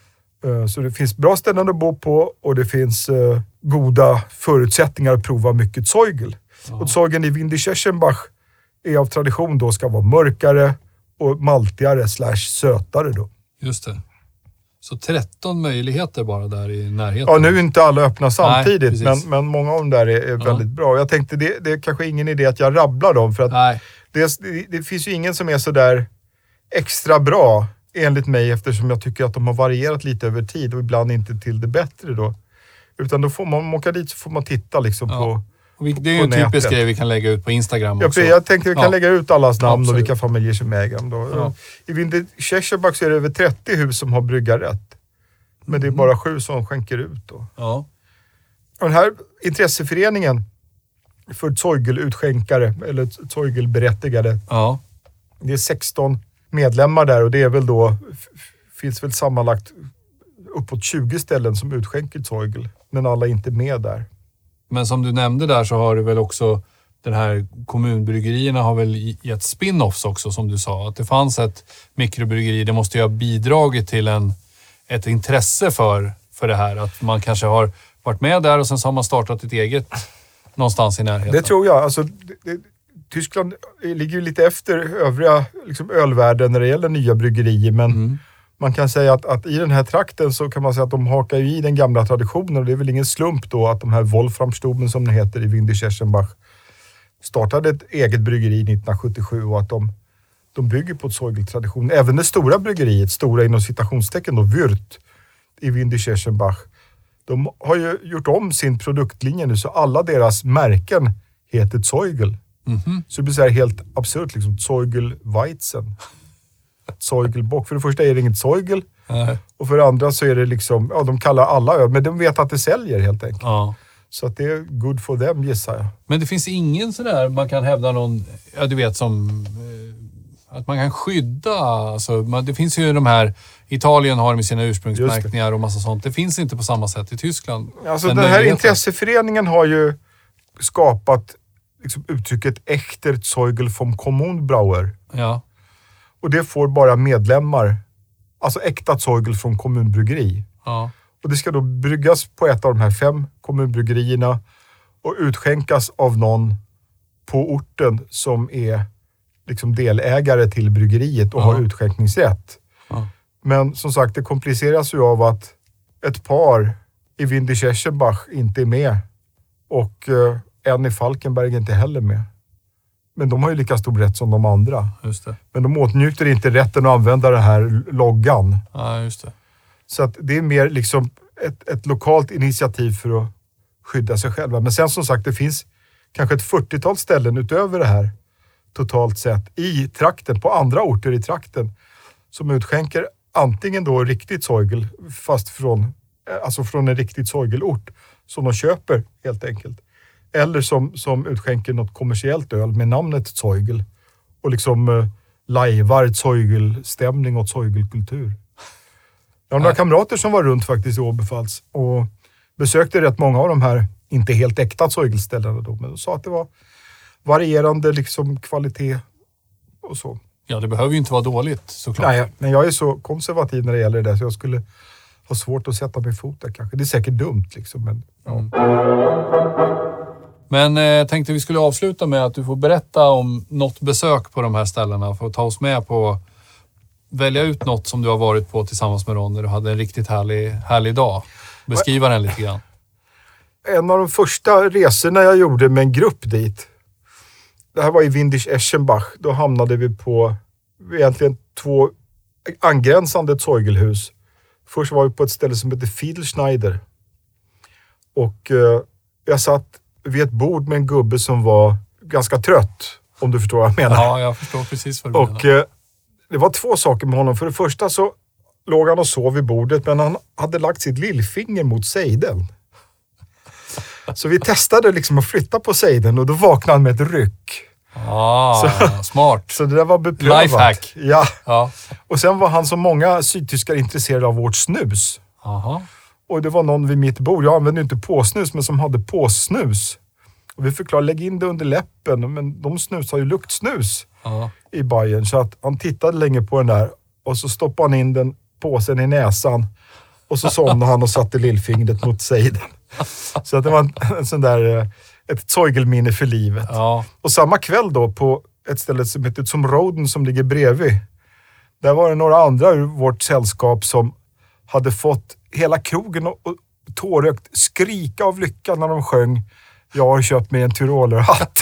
Så det finns bra ställen att bo på och det finns uh, goda förutsättningar att prova mycket Zeugel. Ja. Och Zeugeln i Windischeschenbach är av tradition då ska vara mörkare och maltigare slash sötare då. Just det. Så tretton möjligheter bara där i närheten. Ja, nu är inte alla öppna samtidigt, Nej, men, men många av dem där är, är ja. väldigt bra. Jag tänkte det, det är kanske ingen idé att jag rabblar dem, för att det, det, det finns ju ingen som är så där extra bra enligt mig, eftersom jag tycker att de har varierat lite över tid och ibland inte till det bättre då. Utan då får man åka dit så får man titta liksom ja. på och vi, det är ju en typisk nätet. Grej vi kan lägga ut på Instagram också. Ja, jag tänkte vi kan ja. lägga ut allas namn Absolut. och vilka familjer som äger dem då. Ja. I Windischeschenbach så är det över trettio hus som har bryggarrätt. Men det är bara sju som skänker ut då. Ja. Och den här intresseföreningen för Zeugel-utskänkare eller Zeugel-berättigade. Ja. Det är sexton medlemmar där och det är väl då, finns väl sammanlagt uppåt tjugo ställen som utskänker Zeugel. Men alla är inte med där. Men som du nämnde där så har det väl också, den här kommunbryggerierna har väl gett spin-offs också som du sa. Att det fanns ett mikrobryggeri, det måste ju ha bidragit till en, ett intresse för, för det här. Att man kanske har varit med där och sen så har man startat ett eget någonstans i närheten. Det tror jag. Alltså, det, det, Tyskland ligger ju lite efter övriga liksom, ölvärlden när det gäller nya bryggerier. Men mm. man kan säga att, att i den här trakten så kan man säga att de hakar i den gamla traditionen. Och det är väl ingen slump då att de här Wolframstuben som det heter i Windischeschenbach startade ett eget bryggeri nittonhundrasjuttiosju och att de, de bygger på ett Zeugel-tradition. Även det stora bryggeriet, stora inom citationstecken då, Würth i Windischeschenbach, de har ju gjort om sin produktlinje nu så alla deras märken heter Zeugel. Mm-hmm. Så det blir så här helt absurt liksom, Zeugel Weizen. Zeugel Bock. För det första är det inget Zeugel. Nej. Och för det andra så är det liksom, ja de kallar alla öl, men de vet att det säljer helt enkelt. Ja. Så att det är good for them, gissar jag. Men det finns ingen sådär, man kan hävda någon, ja du vet som, att man kan skydda, alltså det finns ju de här, Italien har med sina ursprungsmärkningar och massa sånt. Det finns inte på samma sätt i Tyskland. Alltså den här intresseföreningen har ju skapat liksom uttrycket Echter Zeugel vom Kommunbrauer. Ja. Och det får bara medlemmar, alltså äkta Zeugel från kommunbryggeri. Ja. Och det ska då bryggas på ett av de här fem kommunbryggerierna och utskänkas av någon på orten som är liksom delägare till bryggeriet och ja. har utskänkningsrätt. Ja. Men som sagt, det kompliceras ju av att ett par i Windischeschenbach inte är med och uh, en i Falkenberg inte heller med. Men de har ju lika stor rätt som de andra. Just det. Men de åtnjuter inte rätten att använda den här loggan. Ja, just det. Så att det är mer liksom ett, ett lokalt initiativ för att skydda sig själva. Men sen som sagt, det finns kanske ett fyrtiotal ställen utöver det här totalt sett i trakten, på andra orter i trakten, som utskänker antingen då riktigt Zeugel, fast från, alltså från en riktigt Zeugel-ort som de köper helt enkelt. Eller som, som utskänker något kommersiellt öl med namnet Zeugel och liksom uh, lajvar Zeugel-stämning och Zeugel-kultur. Jag har några kamrater som var runt faktiskt i Oberpfalz och besökte rätt många av de här, inte helt äkta Zeugel-ställena då, men de sa att det var varierande liksom kvalitet och så. Ja, det behöver ju inte vara dåligt såklart. Nej, men jag är så konservativ när det gäller det så jag skulle ha svårt att sätta min fot där kanske. Det är säkert dumt liksom, men ja. Mm. Men jag eh, tänkte vi skulle avsluta med att du får berätta om något besök på de här ställena för att ta oss med på, välja ut något som du har varit på tillsammans med Ron när du hade en riktigt härlig, härlig dag. Beskriva den lite grann. En av de första resorna jag gjorde med en grupp dit, det här var i Windischeschenbach, då hamnade vi på egentligen två angränsande Zeugelhus. Först var vi på ett ställe som heter Fiedelschneider. Och eh, jag satt vid ett bord med en gubbe som var ganska trött, om du förstår vad jag menar. Ja, jag förstår precis vad du och, menar. Och eh, det var två saker med honom. För det första så låg han och sov vid bordet, men han hade lagt sitt lillfinger mot sejden. Så vi testade liksom att flytta på sejden och då vaknade han med ett ryck. Ah, så, smart. Så det där var beprövat. Lifehack. Ja. ja. Och sen var han som många sydtyskar intresserad av vårt snus. Aha. Och det var någon vid mitt bord, jag använde inte påsnus, men som hade påsnus. Och vi förklarade, lägg in det under läppen, men de snus har ju luktsnus Aha. i Bayern. Så att han tittade länge på den där och så stoppade han in den påsen i näsan. Och så somnade han och satte lillfingret mot sejden. Så att det var en, en sån där, ett Zeugelminne för livet. Ja. Och samma kväll då på ett ställe som heter Zum Roden som ligger bredvid. Där var det några andra ur vårt sällskap som hade fått hela krogen och, och tårögt skrika av lycka när de sjöng jag har köpt mig en tyrolerhatt.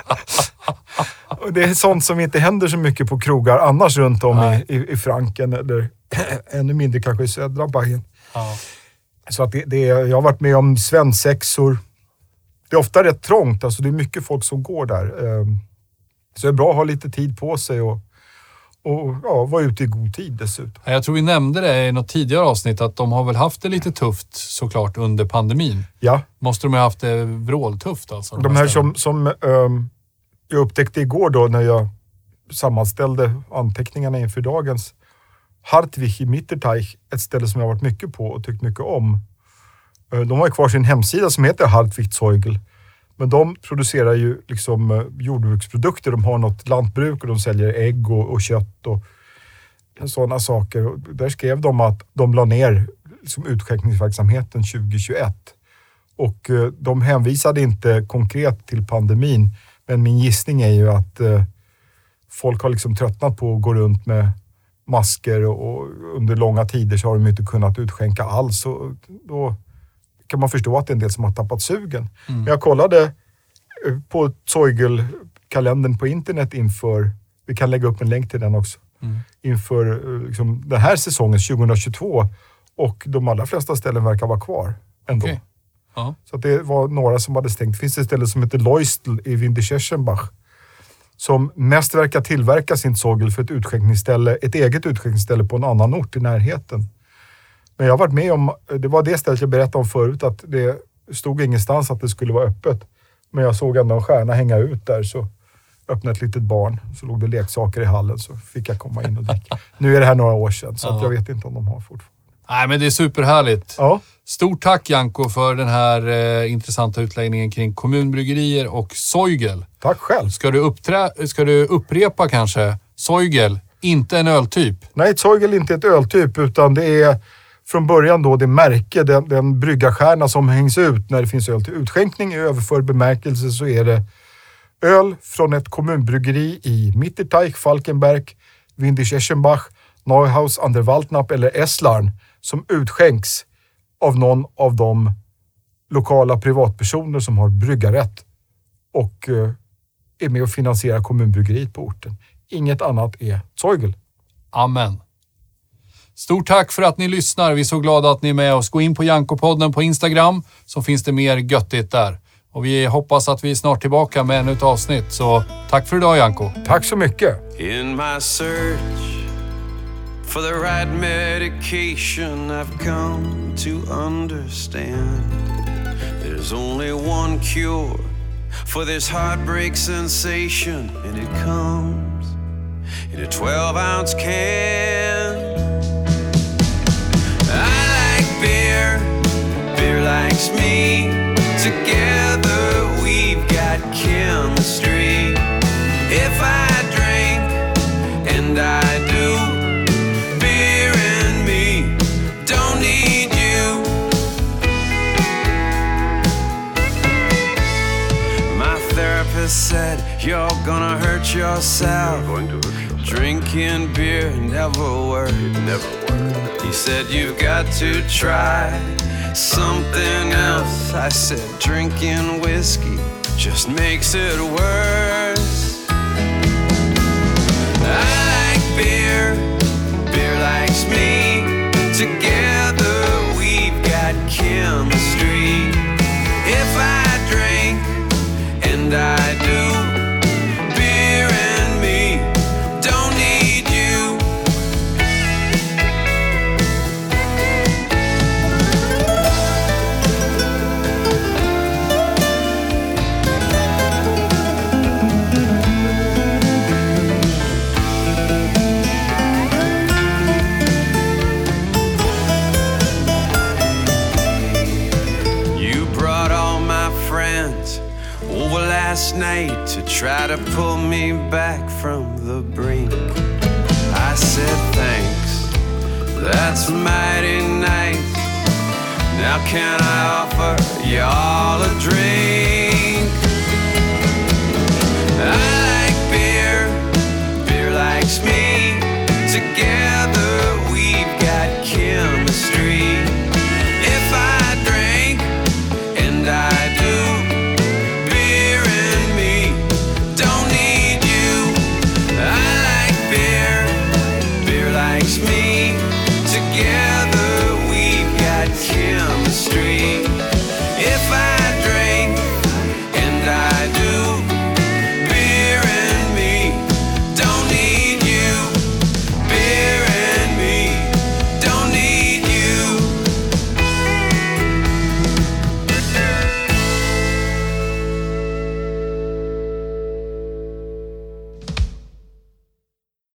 Och det är sånt som inte händer så mycket på krogar annars runt om i, i, i Franken eller ännu mindre kanske i södra Bayern. Ja. Så att det, det, jag har varit med om svensexor. Det är ofta rätt trångt, alltså det är mycket folk som går där. Så det är bra att ha lite tid på sig och, och ja, vara ute i god tid dessutom. Jag tror vi nämnde det i något tidigare avsnitt att de har väl haft det lite tufft såklart under pandemin. Ja. Måste de ha haft det vråltufft alltså? De här som, som um, jag upptäckte igår då när jag sammanställde anteckningarna inför dagens Hartwig i Mitterteich, ett ställe som jag har varit mycket på och tyckt mycket om. De har ju kvar sin hemsida som heter Hartwig Zeugel. Men de producerar ju liksom jordbruksprodukter. De har något lantbruk och de säljer ägg och, och kött och sådana saker. Och där skrev de att de la ner liksom utskänkningsverksamheten tjugohundratjugoett. Och de hänvisade inte konkret till pandemin. Men min gissning är ju att eh, folk har liksom tröttnat på att gå runt med masker och, och under långa tider så har de inte kunnat utskänka alls. Och då kan man förstå att det är en del som har tappat sugen. Mm. Men jag kollade på Zeugel-kalendern på internet inför, vi kan lägga upp en länk till den också, mm. inför liksom, den här säsongen tjugohundratjugotvå och de allra flesta ställen verkar vara kvar ändå. Okay. Uh-huh. Så att det var några som hade stängt. Det finns ett ställe som heter Leustel i Windischeschenbach som mest verkar tillverka sin Zeugel för ett utskänkningsställe, ett eget utskänkningsställe på en annan ort i närheten. Men jag har varit med om, det var det stället jag berättade om förut, att det stod ingenstans att det skulle vara öppet. Men jag såg ändå en stjärna hänga ut där, så öppnade ett litet barn. Så låg det leksaker i hallen, så fick jag komma in och dricka. Nu är det här några år sedan, så ja. att jag vet inte om de har fortfarande. Nej, men det är superhärligt. Ja. Stort tack Janko för den här eh, intressanta utläggningen kring kommunbryggerier och Zeugel. Tack själv. Ska du, uppträ- ska du upprepa kanske? Zeugel, inte en öltyp. Nej, Zeugel är inte ett öltyp, utan det är från början då det märke, den, den bryggarstjärna som hängs ut när det finns öl till utskänkning. I överförd bemärkelse så är det öl från ett kommunbryggeri i Mitterteich, Falkenberg, Windischeschenbach, Neuhaus an der Waldnapp eller Eslarn som utskänks av någon av de lokala privatpersoner som har bryggarrätt och eh, är med och finansierar kommunbryggeriet på orten. Inget annat är Zeugel. Amen. Stort tack för att ni lyssnar. Vi är så glada att ni är med oss. Gå in på Janko-podden på Instagram så finns det mer göttigt där. Och vi hoppas att vi är snart tillbaka med ännu ett avsnitt. Så tack för idag Janko. Tack så mycket. In my search for the right medication I've come to understand there's only one cure for this heartbreak sensation and it comes in a twelve ounce can. I like beer, beer likes me. Together we've got chemistry. If I drink, and I do, beer and me don't need you. My therapist said you're gonna hurt yourself. Going to hurt yourself. Drinking beer never worked. Never worked. He said you've got to try something else. I said drinking whiskey just makes it worse. I like beer, beer likes me. Together we've got chemistry. If I drink, and I do, beer and me don't need you. last night to try to pull me back from the brink. I said thanks, that's mighty nice. Now can I offer y'all a drink?